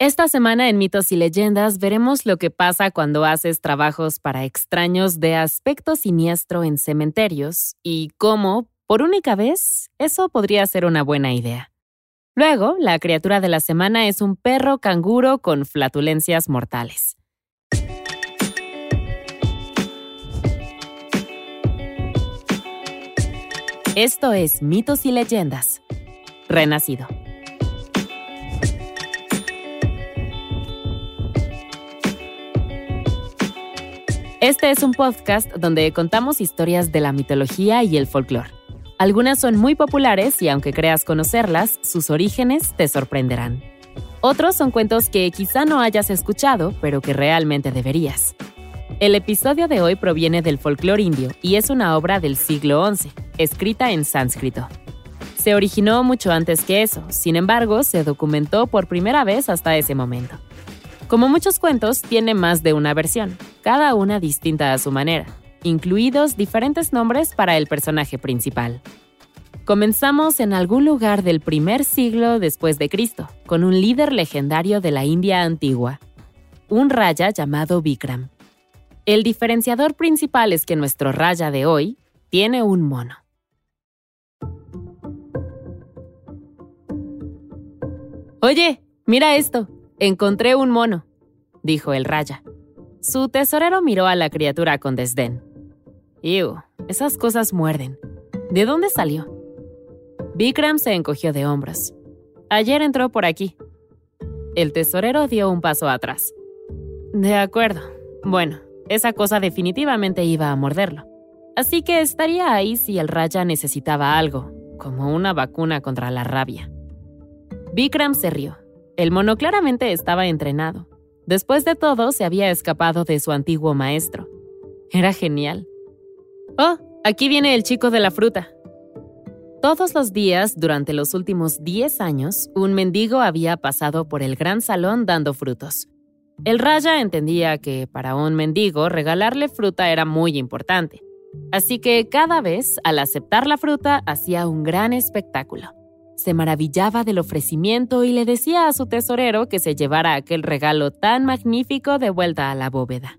Esta semana en Mitos y Leyendas veremos lo que pasa cuando haces trabajos para extraños de aspecto siniestro en cementerios y cómo, por única vez, eso podría ser una buena idea. Luego, la criatura de la semana es un perro canguro con flatulencias mortales. Esto es Mitos y Leyendas. Renacido. Este es un podcast donde contamos historias de la mitología y el folclore. Algunas son muy populares y aunque creas conocerlas, sus orígenes te sorprenderán. Otros son cuentos que quizá no hayas escuchado, pero que realmente deberías. El episodio de hoy proviene del folclore indio y es una obra del siglo XI, escrita en sánscrito. Se originó mucho antes que eso, sin embargo, se documentó por primera vez hasta ese momento. Como muchos cuentos, tiene más de una versión, cada una distinta a su manera, incluidos diferentes nombres para el personaje principal. Comenzamos en algún lugar del primer siglo después de Cristo, con un líder legendario de la India antigua, un raya llamado Bikram. El diferenciador principal es que nuestro raya de hoy tiene un mono. «Oye, mira esto, encontré un mono», dijo el raya. Su tesorero miró a la criatura con desdén. «Iu, esas cosas muerden. ¿De dónde salió?» Bikram se encogió de hombros. «Ayer entró por aquí». El tesorero dio un paso atrás. «De acuerdo. Bueno, esa cosa definitivamente iba a morderlo. Así que estaría ahí si el raya necesitaba algo, como una vacuna contra la rabia». Bikram se rió. El mono claramente estaba entrenado. Después de todo, se había escapado de su antiguo maestro. Era genial. «Oh, aquí viene el chico de la fruta». Todos los días, durante los últimos 10 años, un mendigo había pasado por el gran salón dando frutos. El raya entendía que para un mendigo regalarle fruta era muy importante. Así que cada vez, al aceptar la fruta, hacía un gran espectáculo. Se maravillaba del ofrecimiento y le decía a su tesorero que se llevara aquel regalo tan magnífico de vuelta a la bóveda.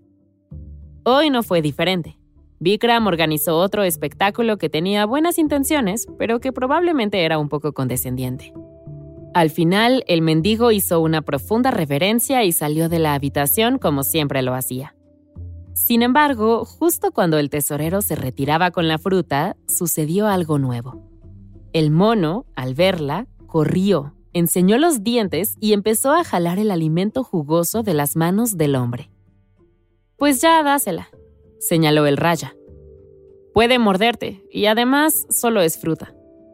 Hoy no fue diferente. Bikram organizó otro espectáculo que tenía buenas intenciones, pero que probablemente era un poco condescendiente. Al final, el mendigo hizo una profunda reverencia y salió de la habitación como siempre lo hacía. Sin embargo, justo cuando el tesorero se retiraba con la fruta, sucedió algo nuevo. El mono, al verla, corrió, enseñó los dientes y empezó a jalar el alimento jugoso de las manos del hombre. «Pues ya, dásela», señaló el raya. «Puede morderte y además solo es fruta».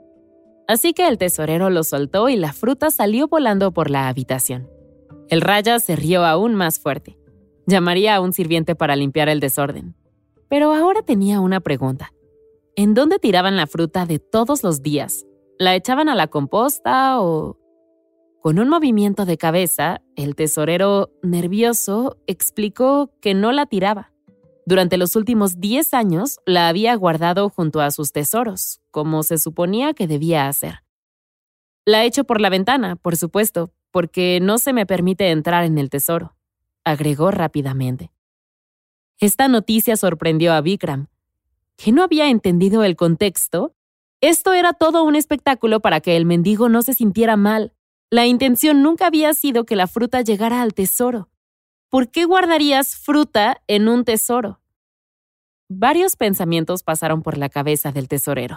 Así que el tesorero lo soltó y la fruta salió volando por la habitación. El raya se rió aún más fuerte. Llamaría a un sirviente para limpiar el desorden. Pero ahora tenía una pregunta. ¿En dónde tiraban la fruta de todos los días? ¿La echaban a la composta o...? Con un movimiento de cabeza, el tesorero, nervioso, explicó que no la tiraba. Durante los últimos 10 años la había guardado junto a sus tesoros, como se suponía que debía hacer. «La echo por la ventana, por supuesto, porque no se me permite entrar en el tesoro», agregó rápidamente. Esta noticia sorprendió a Bikram. ¿Que no había entendido el contexto? Esto era todo un espectáculo para que el mendigo no se sintiera mal. La intención nunca había sido que la fruta llegara al tesoro. ¿Por qué guardarías fruta en un tesoro? Varios pensamientos pasaron por la cabeza del tesorero.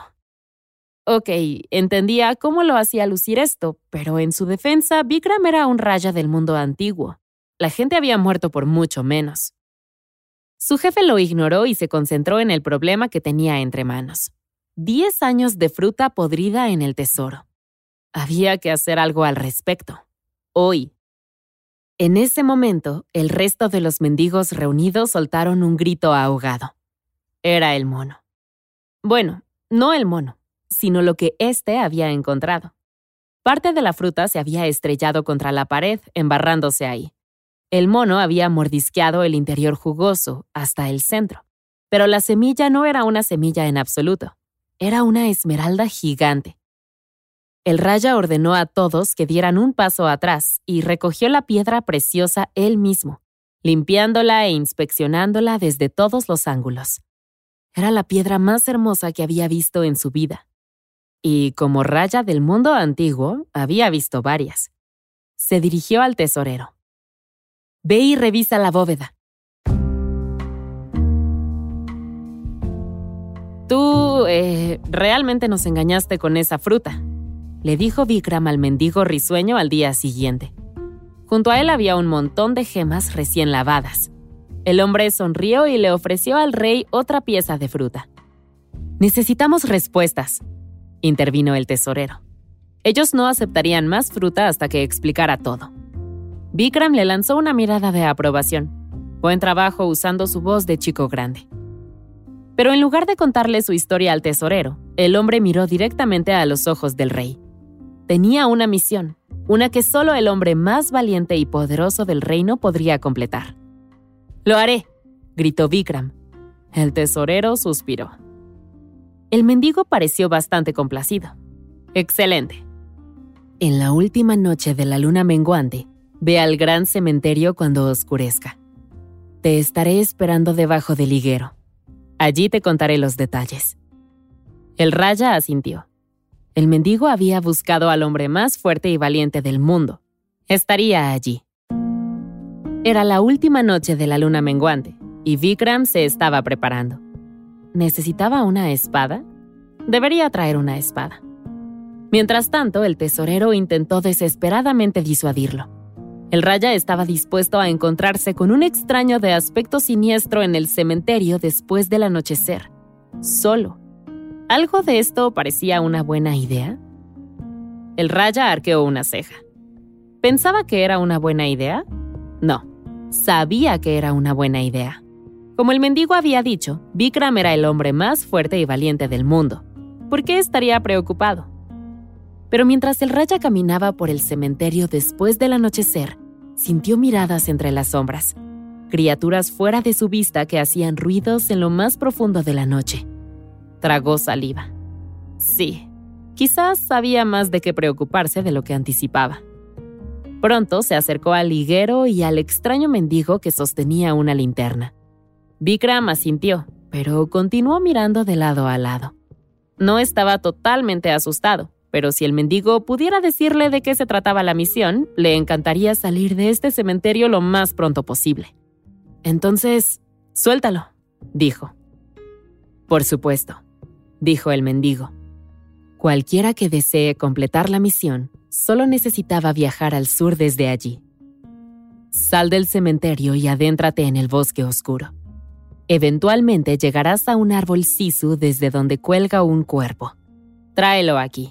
Ok, entendía cómo lo hacía lucir esto, pero en su defensa, Bikram era un raya del mundo antiguo. La gente había muerto por mucho menos. Su jefe lo ignoró y se concentró en el problema que tenía entre manos. 10 años de fruta podrida en el tesoro. Había que hacer algo al respecto. Hoy. En ese momento, el resto de los mendigos reunidos soltaron un grito ahogado. Era el mono. Bueno, no el mono, sino lo que éste había encontrado. Parte de la fruta se había estrellado contra la pared, embarrándose ahí. El mono había mordisqueado el interior jugoso hasta el centro, pero la semilla no era una semilla en absoluto. Era una esmeralda gigante. El Raya ordenó a todos que dieran un paso atrás y recogió la piedra preciosa él mismo, limpiándola e inspeccionándola desde todos los ángulos. Era la piedra más hermosa que había visto en su vida. Y como Raya del mundo antiguo, había visto varias. Se dirigió al tesorero. «Ve y revisa la bóveda». «Tú, realmente nos engañaste con esa fruta», le dijo Vikram al mendigo risueño al día siguiente. Junto a él había un montón de gemas recién lavadas. El hombre sonrió y le ofreció al rey otra pieza de fruta. «Necesitamos respuestas», intervino el tesorero. Ellos no aceptarían más fruta hasta que explicara todo. Vikram le lanzó una mirada de aprobación. Buen trabajo usando su voz de chico grande. Pero en lugar de contarle su historia al tesorero, el hombre miró directamente a los ojos del rey. Tenía una misión, una que solo el hombre más valiente y poderoso del reino podría completar. «Lo haré», gritó Vikram. El tesorero suspiró. El mendigo pareció bastante complacido. «Excelente. En la última noche de la luna menguante, ve al gran cementerio cuando oscurezca. Te estaré esperando debajo del higuero. Allí te contaré los detalles». El Raya asintió. El mendigo había buscado al hombre más fuerte y valiente del mundo. Estaría allí. Era la última noche de la luna menguante, y Vikram se estaba preparando. ¿Necesitaba una espada? Debería traer una espada. Mientras tanto, el tesorero intentó desesperadamente disuadirlo. El Raya estaba dispuesto a encontrarse con un extraño de aspecto siniestro en el cementerio después del anochecer, solo. ¿Algo de esto parecía una buena idea? El Raya arqueó una ceja. ¿Pensaba que era una buena idea? No, sabía que era una buena idea. Como el mendigo había dicho, Vikram era el hombre más fuerte y valiente del mundo. ¿Por qué estaría preocupado? Pero mientras el Raya caminaba por el cementerio después del anochecer, sintió miradas entre las sombras, criaturas fuera de su vista que hacían ruidos en lo más profundo de la noche. Tragó saliva. Sí, quizás había más de qué preocuparse de lo que anticipaba. Pronto se acercó al higuero y al extraño mendigo que sostenía una linterna. Vikram asintió, pero continuó mirando de lado a lado. No estaba totalmente asustado, pero si el mendigo pudiera decirle de qué se trataba la misión, le encantaría salir de este cementerio lo más pronto posible. Entonces, suéltalo, dijo. Por supuesto, dijo el mendigo. Cualquiera que desee completar la misión, solo necesitaba viajar al sur desde allí. Sal del cementerio y adéntrate en el bosque oscuro. Eventualmente llegarás a un árbol sisu desde donde cuelga un cuerpo. Tráelo aquí.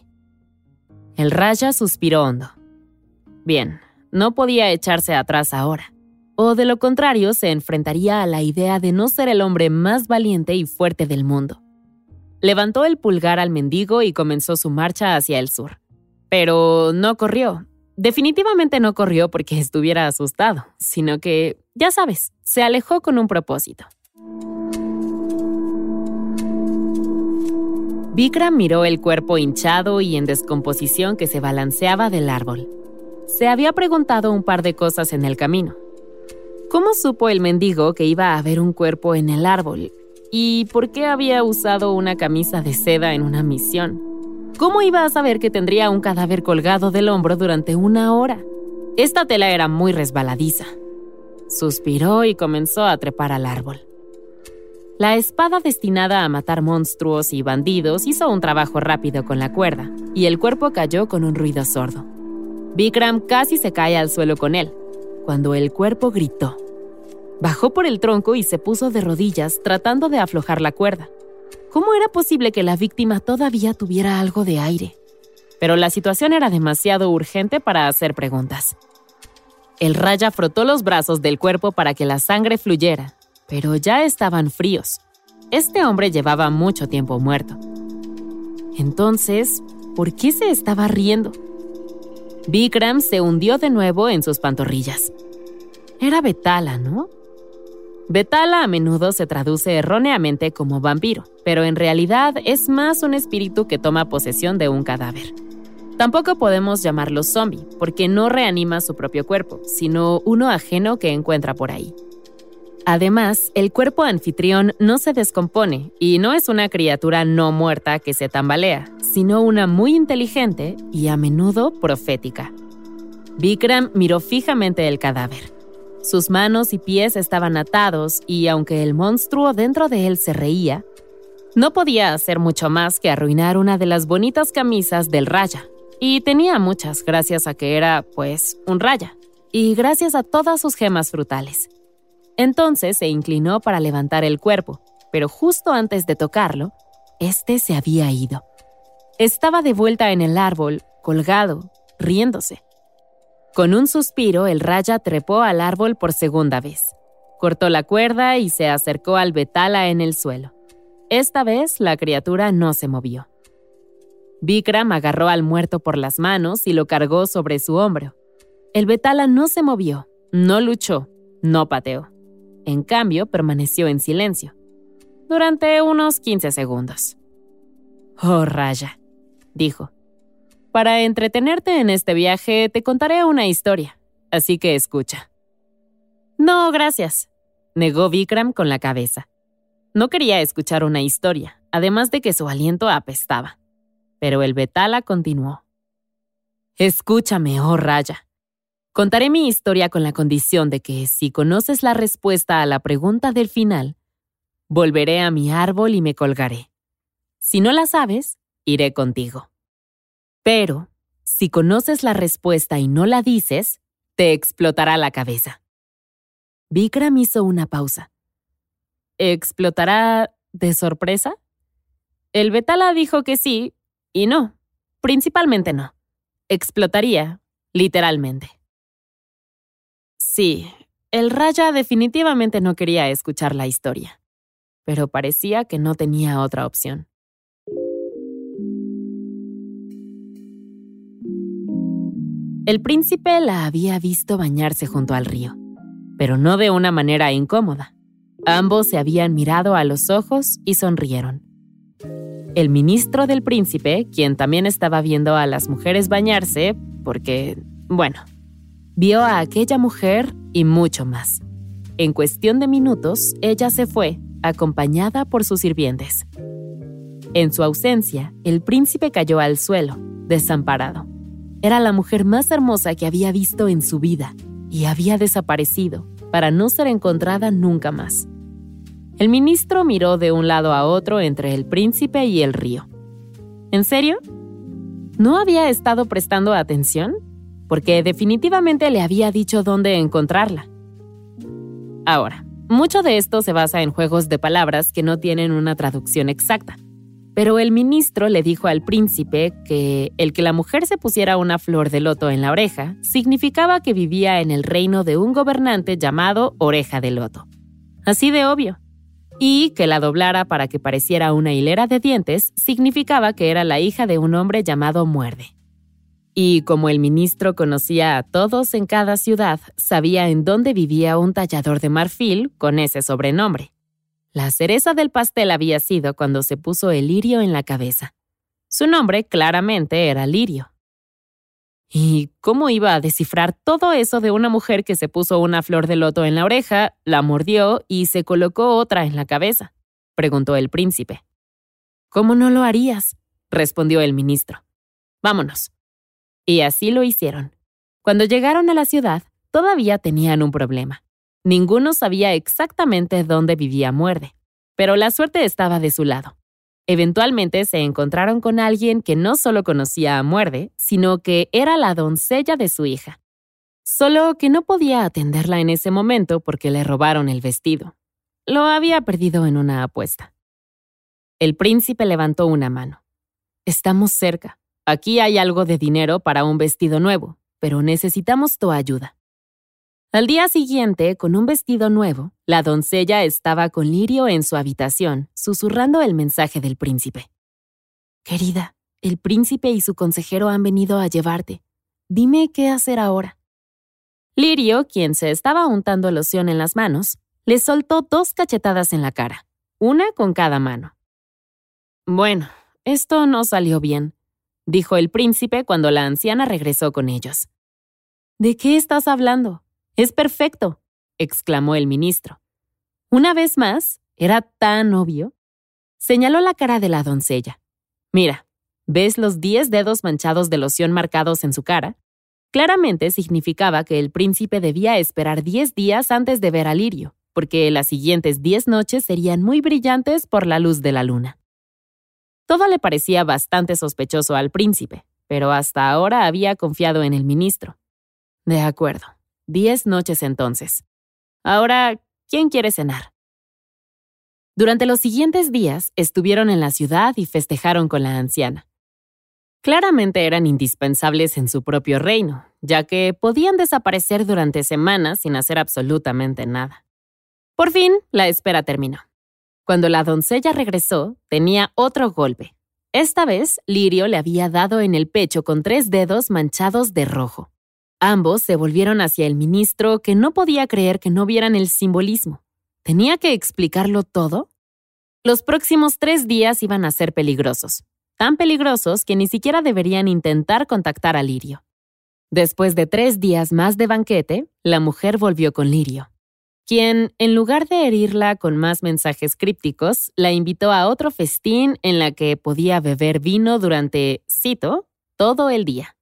El Raya suspiró hondo. Bien, no podía echarse atrás ahora. O de lo contrario, se enfrentaría a la idea de no ser el hombre más valiente y fuerte del mundo. Levantó el pulgar al mendigo y comenzó su marcha hacia el sur. Pero no corrió. Definitivamente no corrió porque estuviera asustado, sino que, ya sabes, se alejó con un propósito. Vikram miró el cuerpo hinchado y en descomposición que se balanceaba del árbol. Se había preguntado un par de cosas en el camino. ¿Cómo supo el mendigo que iba a haber un cuerpo en el árbol? ¿Y por qué había usado una camisa de seda en una misión? ¿Cómo iba a saber que tendría un cadáver colgado del hombro durante 1 hora? Esta tela era muy resbaladiza. Suspiró y comenzó a trepar al árbol. La espada destinada a matar monstruos y bandidos hizo un trabajo rápido con la cuerda, y el cuerpo cayó con un ruido sordo. Vikram casi se cae al suelo con él, cuando el cuerpo gritó. Bajó por el tronco y se puso de rodillas tratando de aflojar la cuerda. ¿Cómo era posible que la víctima todavía tuviera algo de aire? Pero la situación era demasiado urgente para hacer preguntas. El Raya frotó los brazos del cuerpo para que la sangre fluyera, pero ya estaban fríos. Este hombre llevaba mucho tiempo muerto. Entonces, ¿por qué se estaba riendo? Vikram se hundió de nuevo en sus pantorrillas. Era Betala, ¿no? Betala a menudo se traduce erróneamente como vampiro, pero en realidad es más un espíritu que toma posesión de un cadáver. Tampoco podemos llamarlo zombie, porque no reanima su propio cuerpo, sino uno ajeno que encuentra por ahí. Además, el cuerpo anfitrión no se descompone y no es una criatura no muerta que se tambalea, sino una muy inteligente y a menudo profética. Vikram miró fijamente el cadáver. Sus manos y pies estaban atados y aunque el monstruo dentro de él se reía, no podía hacer mucho más que arruinar una de las bonitas camisas del Raya. Y tenía muchas gracias a que era, un Raya. Y gracias a todas sus gemas frutales. Entonces se inclinó para levantar el cuerpo, pero justo antes de tocarlo, este se había ido. Estaba de vuelta en el árbol, colgado, riéndose. Con un suspiro, el Raya trepó al árbol por segunda vez. Cortó la cuerda y se acercó al Betala en el suelo. Esta vez, la criatura no se movió. Vikram agarró al muerto por las manos y lo cargó sobre su hombro. El Betala no se movió, no luchó, no pateó. En cambio, permaneció en silencio. Durante unos 15 segundos. «Oh, Raya», dijo. «Para entretenerte en este viaje, te contaré una historia, así que escucha». «No, gracias», negó Vikram con la cabeza. No quería escuchar una historia, además de que su aliento apestaba. Pero el Betala continuó. «Escúchame, oh Raya. Contaré mi historia con la condición de que, si conoces la respuesta a la pregunta del final, volveré a mi árbol y me colgaré. Si no la sabes, iré contigo. Pero, si conoces la respuesta y no la dices, te explotará la cabeza». Vikram hizo una pausa. ¿Explotará de sorpresa? El Betala dijo que sí y no. Principalmente no. Explotaría, literalmente. Sí, el Raya definitivamente no quería escuchar la historia, pero parecía que no tenía otra opción. El príncipe la había visto bañarse junto al río, pero no de una manera incómoda. Ambos se habían mirado a los ojos y sonrieron. El ministro del príncipe, quien también estaba viendo a las mujeres bañarse, porque, vio a aquella mujer y mucho más. En cuestión de minutos, ella se fue, acompañada por sus sirvientes. En su ausencia, el príncipe cayó al suelo, desamparado. Era la mujer más hermosa que había visto en su vida y había desaparecido para no ser encontrada nunca más. El ministro miró de un lado a otro entre el príncipe y el río. ¿En serio? ¿No había estado prestando atención? Porque definitivamente le había dicho dónde encontrarla. Ahora, mucho de esto se basa en juegos de palabras que no tienen una traducción exacta. Pero el ministro le dijo al príncipe que el que la mujer se pusiera una flor de loto en la oreja significaba que vivía en el reino de un gobernante llamado Oreja de Loto. Así de obvio. Y que la doblara para que pareciera una hilera de dientes significaba que era la hija de un hombre llamado Muerde. Y como el ministro conocía a todos en cada ciudad, sabía en dónde vivía un tallador de marfil con ese sobrenombre. La cereza del pastel había sido cuando se puso el lirio en la cabeza. Su nombre claramente era Lirio. ¿Y cómo iba a descifrar todo eso de una mujer que se puso una flor de loto en la oreja, la mordió y se colocó otra en la cabeza?, preguntó el príncipe. «¿Cómo no lo harías?», respondió el ministro. «Vámonos». Y así lo hicieron. Cuando llegaron a la ciudad, todavía tenían un problema. Ninguno sabía exactamente dónde vivía Muerde, pero la suerte estaba de su lado. Eventualmente se encontraron con alguien que no solo conocía a Muerde, sino que era la doncella de su hija. Solo que no podía atenderla en ese momento porque le robaron el vestido. Lo había perdido en una apuesta. El príncipe levantó una mano. «Estamos cerca. Aquí hay algo de dinero para un vestido nuevo, pero necesitamos tu ayuda». Al día siguiente, con un vestido nuevo, la doncella estaba con Lirio en su habitación, susurrando el mensaje del príncipe. «Querida, el príncipe y su consejero han venido a llevarte. Dime qué hacer ahora». Lirio, quien se estaba untando loción en las manos, le soltó 2 cachetadas en la cara, una con cada mano. «Bueno, esto no salió bien. dijo el príncipe cuando la anciana regresó con ellos. ¿De qué estás hablando? Es perfecto, exclamó el ministro. Una vez más, era tan obvio. Señaló la cara de la doncella. Mira, ¿ves los 10 dedos manchados de loción marcados en su cara? Claramente significaba que el príncipe debía esperar 10 días antes de ver a Lirio, porque las siguientes 10 noches serían muy brillantes por la luz de la luna. Todo le parecía bastante sospechoso al príncipe, pero hasta ahora había confiado en el ministro. De acuerdo, 10 noches entonces. Ahora, ¿quién quiere cenar? Durante los siguientes días estuvieron en la ciudad y festejaron con la anciana. Claramente eran indispensables en su propio reino, ya que podían desaparecer durante semanas sin hacer absolutamente nada. Por fin, la espera terminó. Cuando la doncella regresó, tenía otro golpe. Esta vez, Lirio le había dado en el pecho con 3 dedos manchados de rojo. Ambos se volvieron hacia el ministro, que no podía creer que no vieran el simbolismo. ¿Tenía que explicarlo todo? Los próximos 3 días iban a ser peligrosos. Tan peligrosos que ni siquiera deberían intentar contactar a Lirio. Después de 3 días más de banquete, la mujer volvió con Lirio, quien, en lugar de herirla con más mensajes crípticos, la invitó a otro festín en la que podía beber vino durante, cito, todo el día.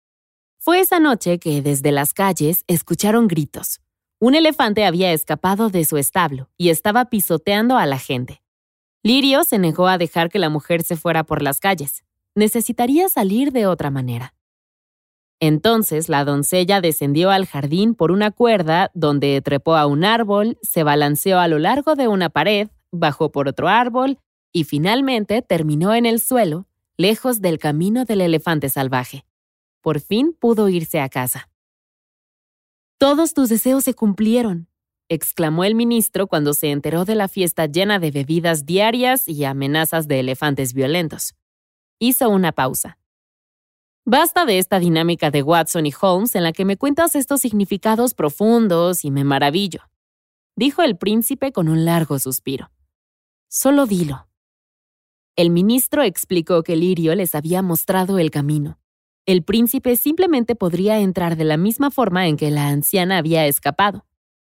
Fue esa noche que desde las calles escucharon gritos. Un elefante había escapado de su establo y estaba pisoteando a la gente. Lirio se negó a dejar que la mujer se fuera por las calles. Necesitaría salir de otra manera. Entonces la doncella descendió al jardín por una cuerda donde trepó a un árbol, se balanceó a lo largo de una pared, bajó por otro árbol y finalmente terminó en el suelo, lejos del camino del elefante salvaje. Por fin pudo irse a casa. «Todos tus deseos se cumplieron», exclamó el ministro cuando se enteró de la fiesta llena de bebidas diarias y amenazas de elefantes violentos. Hizo una pausa. «Basta de esta dinámica de Watson y Holmes en la que me cuentas estos significados profundos y me maravillo», dijo el príncipe con un largo suspiro. «Solo dilo». El ministro explicó que Lirio les había mostrado el camino. El príncipe simplemente podría entrar de la misma forma en que la anciana había escapado.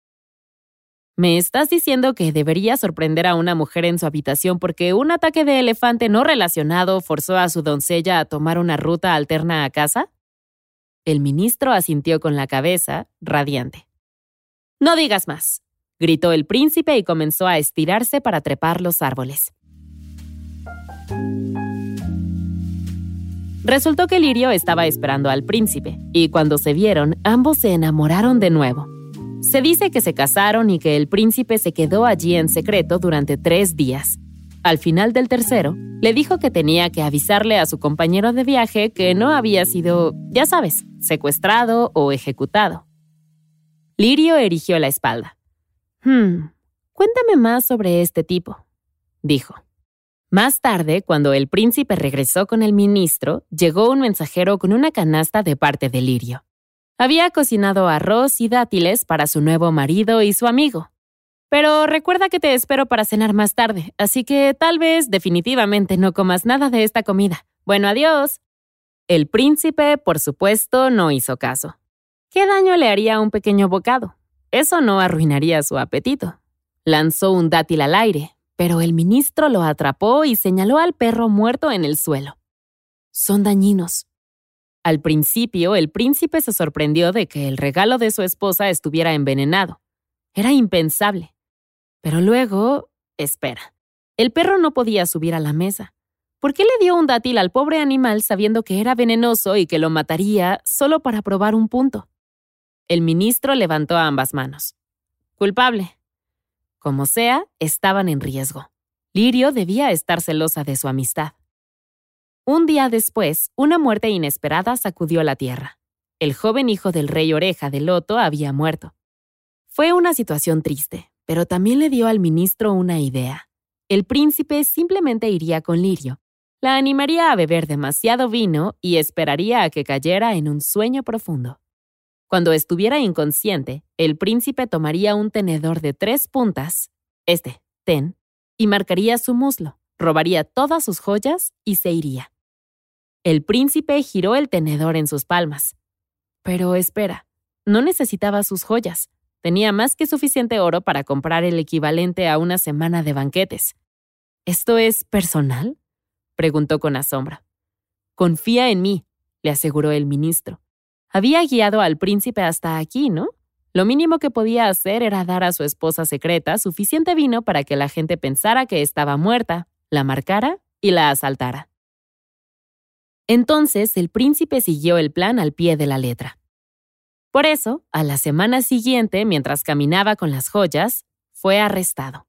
¿Me estás diciendo que debería sorprender a una mujer en su habitación porque un ataque de elefante no relacionado forzó a su doncella a tomar una ruta alterna a casa? El ministro asintió con la cabeza, radiante. «No digas más», gritó el príncipe y comenzó a estirarse para trepar los árboles. Resultó que Lirio estaba esperando al príncipe, y cuando se vieron, ambos se enamoraron de nuevo. Se dice que se casaron y que el príncipe se quedó allí en secreto durante 3 días. Al final del tercero, le dijo que tenía que avisarle a su compañero de viaje que no había sido, ya sabes, secuestrado o ejecutado. Lirio erigió la espalda. Cuéntame más sobre este tipo», dijo. Más tarde, cuando el príncipe regresó con el ministro, llegó un mensajero con una canasta de parte de Lirio. Había cocinado arroz y dátiles para su nuevo marido y su amigo. «Pero recuerda que te espero para cenar más tarde, así que tal vez definitivamente no comas nada de esta comida. Bueno, adiós». El príncipe, por supuesto, no hizo caso. ¿Qué daño le haría un pequeño bocado? Eso no arruinaría su apetito. Lanzó un dátil al aire, pero el ministro lo atrapó y señaló al perro muerto en el suelo. «Son dañinos». Al principio, el príncipe se sorprendió de que el regalo de su esposa estuviera envenenado. Era impensable. Pero luego, espera. El perro no podía subir a la mesa. ¿Por qué le dio un dátil al pobre animal sabiendo que era venenoso y que lo mataría solo para probar un punto? El ministro levantó ambas manos. «Culpable». Como sea, estaban en riesgo. Lirio debía estar celosa de su amistad. Un día después, una muerte inesperada sacudió la tierra. El joven hijo del rey Oreja de Loto había muerto. Fue una situación triste, pero también le dio al ministro una idea. El príncipe simplemente iría con Lirio, la animaría a beber demasiado vino y esperaría a que cayera en un sueño profundo. Cuando estuviera inconsciente, el príncipe tomaría un tenedor de 3 puntas, ten, y marcaría su muslo, robaría todas sus joyas y se iría. El príncipe giró el tenedor en sus palmas. Pero espera, no necesitaba sus joyas. Tenía más que suficiente oro para comprar el equivalente a una semana de banquetes. ¿Esto es personal?, preguntó con asombro. Confía en mí, le aseguró el ministro. Había guiado al príncipe hasta aquí, ¿no? Lo mínimo que podía hacer era dar a su esposa secreta suficiente vino para que la gente pensara que estaba muerta, la marcara y la asaltara. Entonces el príncipe siguió el plan al pie de la letra. Por eso, a la semana siguiente, mientras caminaba con las joyas, fue arrestado.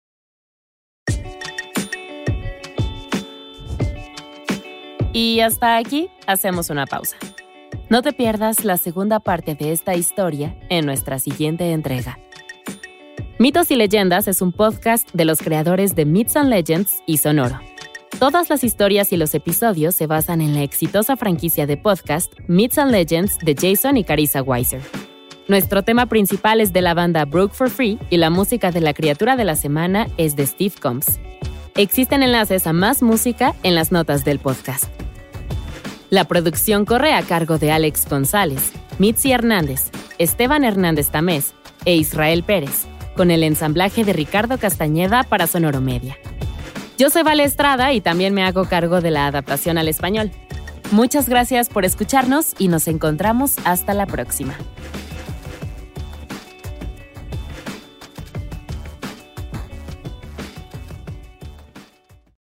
Y hasta aquí hacemos una pausa. No te pierdas la segunda parte de esta historia en nuestra siguiente entrega. Mitos y Leyendas es un podcast de los creadores de Myths and Legends y Sonoro. Todas las historias y los episodios se basan en la exitosa franquicia de podcast Myths and Legends de Jason y Carissa Weiser. Nuestro tema principal es de la banda Broke for Free y la música de la criatura de la semana es de Steve Combs. Existen enlaces a más música en las notas del podcast. La producción corre a cargo de Alex González, Mitzi Hernández, Esteban Hernández Tamés e Israel Pérez, con el ensamblaje de Ricardo Castañeda para Sonoro Media. Yo soy Vale Estrada y también me hago cargo de la adaptación al español. Muchas gracias por escucharnos y nos encontramos hasta la próxima.